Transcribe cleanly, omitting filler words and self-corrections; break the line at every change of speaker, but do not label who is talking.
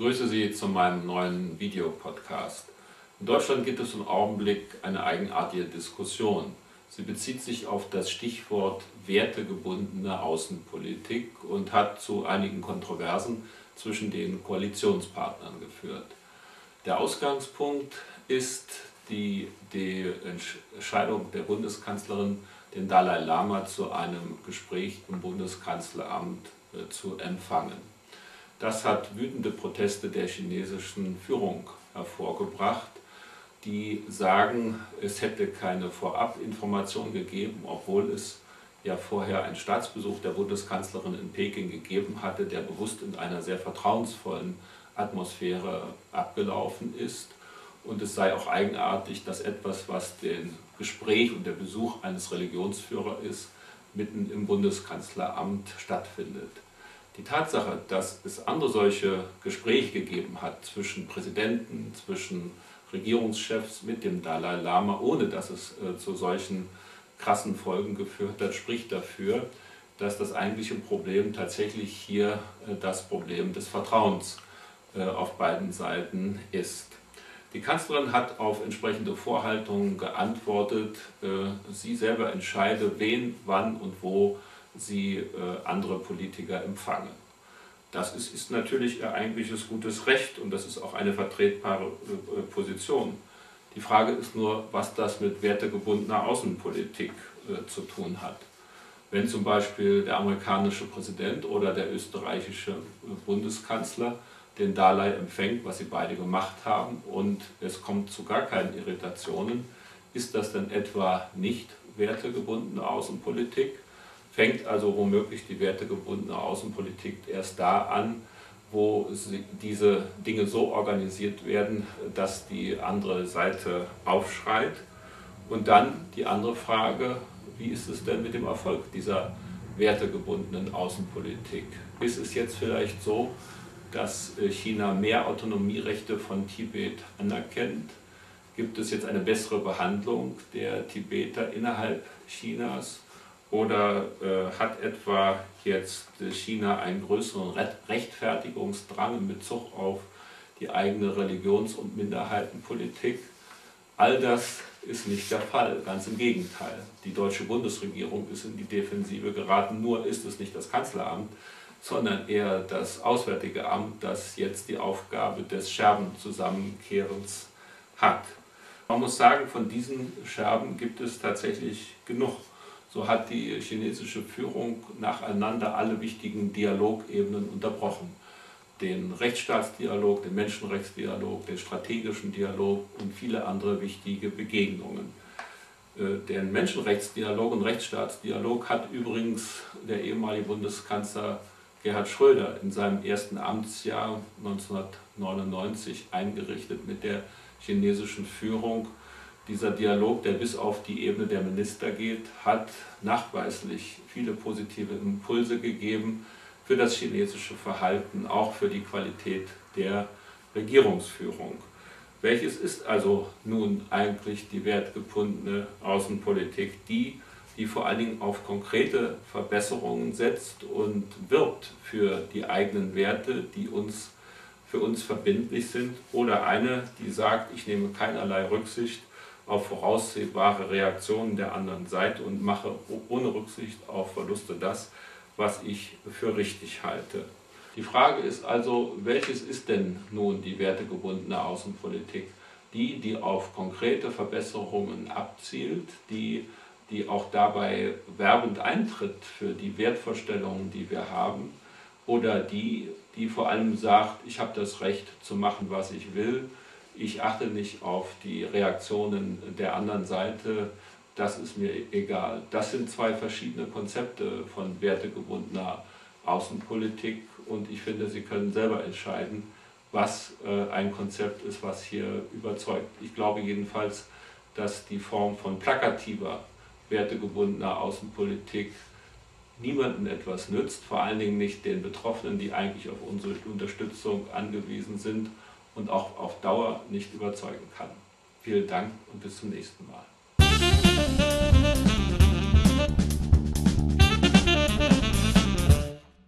begrüße Sie zu meinem neuen Videopodcast. In Deutschland gibt es im Augenblick eine eigenartige Diskussion. Sie bezieht sich auf das Stichwort wertegebundene Außenpolitik und hat zu einigen Kontroversen zwischen den Koalitionspartnern geführt. Der Ausgangspunkt ist die Entscheidung der Bundeskanzlerin, den Dalai Lama zu einem Gespräch im Bundeskanzleramt zu empfangen. Das hat wütende Proteste der chinesischen Führung hervorgebracht, die sagen, es hätte keine Vorabinformation gegeben, obwohl es ja vorher einen Staatsbesuch der Bundeskanzlerin in Peking gegeben hatte, der bewusst in einer sehr vertrauensvollen Atmosphäre abgelaufen ist. Und es sei auch eigenartig, dass etwas, was den Gespräch und der Besuch eines Religionsführers ist, mitten im Bundeskanzleramt stattfindet. Die Tatsache, dass es andere solche Gespräche gegeben hat zwischen Präsidenten, zwischen Regierungschefs mit dem Dalai Lama, ohne dass es zu solchen krassen Folgen geführt hat, spricht dafür, dass das eigentliche Problem tatsächlich hier das Problem des Vertrauens auf beiden Seiten ist. Die Kanzlerin hat auf entsprechende Vorhaltungen geantwortet, sie selber entscheide, wen, wann und wo sie andere Politiker empfangen. Das ist natürlich ihr eigentliches gutes Recht und das ist auch eine vertretbare Position. Die Frage ist nur, was das mit wertegebundener Außenpolitik zu tun hat. Wenn zum Beispiel der amerikanische Präsident oder der österreichische Bundeskanzler den Dalai empfängt, was sie beide gemacht haben, und es kommt zu gar keinen Irritationen, ist das dann etwa nicht wertegebundene Außenpolitik? Fängt also womöglich die wertegebundene Außenpolitik erst da an, wo diese Dinge so organisiert werden, dass die andere Seite aufschreit? Und dann die andere Frage, wie ist es denn mit dem Erfolg dieser wertegebundenen Außenpolitik? Ist es jetzt vielleicht so, dass China mehr Autonomierechte von Tibet anerkennt? Gibt es jetzt eine bessere Behandlung der Tibeter innerhalb Chinas? Oder hat etwa jetzt China einen größeren Rechtfertigungsdrang in Bezug auf die eigene Religions- und Minderheitenpolitik? All das ist nicht der Fall, ganz im Gegenteil. Die deutsche Bundesregierung ist in die Defensive geraten, nur ist es nicht das Kanzleramt, sondern eher das Auswärtige Amt, das jetzt die Aufgabe des Scherbenzusammenkehrens hat. Man muss sagen, von diesen Scherben gibt es tatsächlich genug. So hat die chinesische Führung nacheinander alle wichtigen Dialogebenen unterbrochen. Den Rechtsstaatsdialog, den Menschenrechtsdialog, den strategischen Dialog und viele andere wichtige Begegnungen. Den Menschenrechtsdialog und Rechtsstaatsdialog hat übrigens der ehemalige Bundeskanzler Gerhard Schröder in seinem ersten Amtsjahr 1999 eingerichtet mit der chinesischen Führung. Dieser Dialog, der bis auf die Ebene der Minister geht, hat nachweislich viele positive Impulse gegeben für das chinesische Verhalten, auch für die Qualität der Regierungsführung. Welches ist also nun eigentlich die wertgebundene Außenpolitik? Die vor allen Dingen auf konkrete Verbesserungen setzt und wirbt für die eigenen Werte, die für uns verbindlich sind, oder eine, die sagt, ich nehme keinerlei Rücksicht auf voraussehbare Reaktionen der anderen Seite und mache ohne Rücksicht auf Verluste das, was ich für richtig halte. Die Frage ist also, welches ist denn nun die wertegebundene Außenpolitik? Die auf konkrete Verbesserungen abzielt, die auch dabei werbend eintritt für die Wertvorstellungen, die wir haben, oder die vor allem sagt, ich habe das Recht zu machen, was ich will, ich achte nicht auf die Reaktionen der anderen Seite, das ist mir egal. Das sind zwei verschiedene Konzepte von wertegebundener Außenpolitik und ich finde, Sie können selber entscheiden, was ein Konzept ist, was hier überzeugt. Ich glaube jedenfalls, dass die Form von plakativer, wertegebundener Außenpolitik niemandem etwas nützt, vor allen Dingen nicht den Betroffenen, die eigentlich auf unsere Unterstützung angewiesen sind und auch auf Dauer nicht überzeugen kann. Vielen Dank und bis zum nächsten Mal.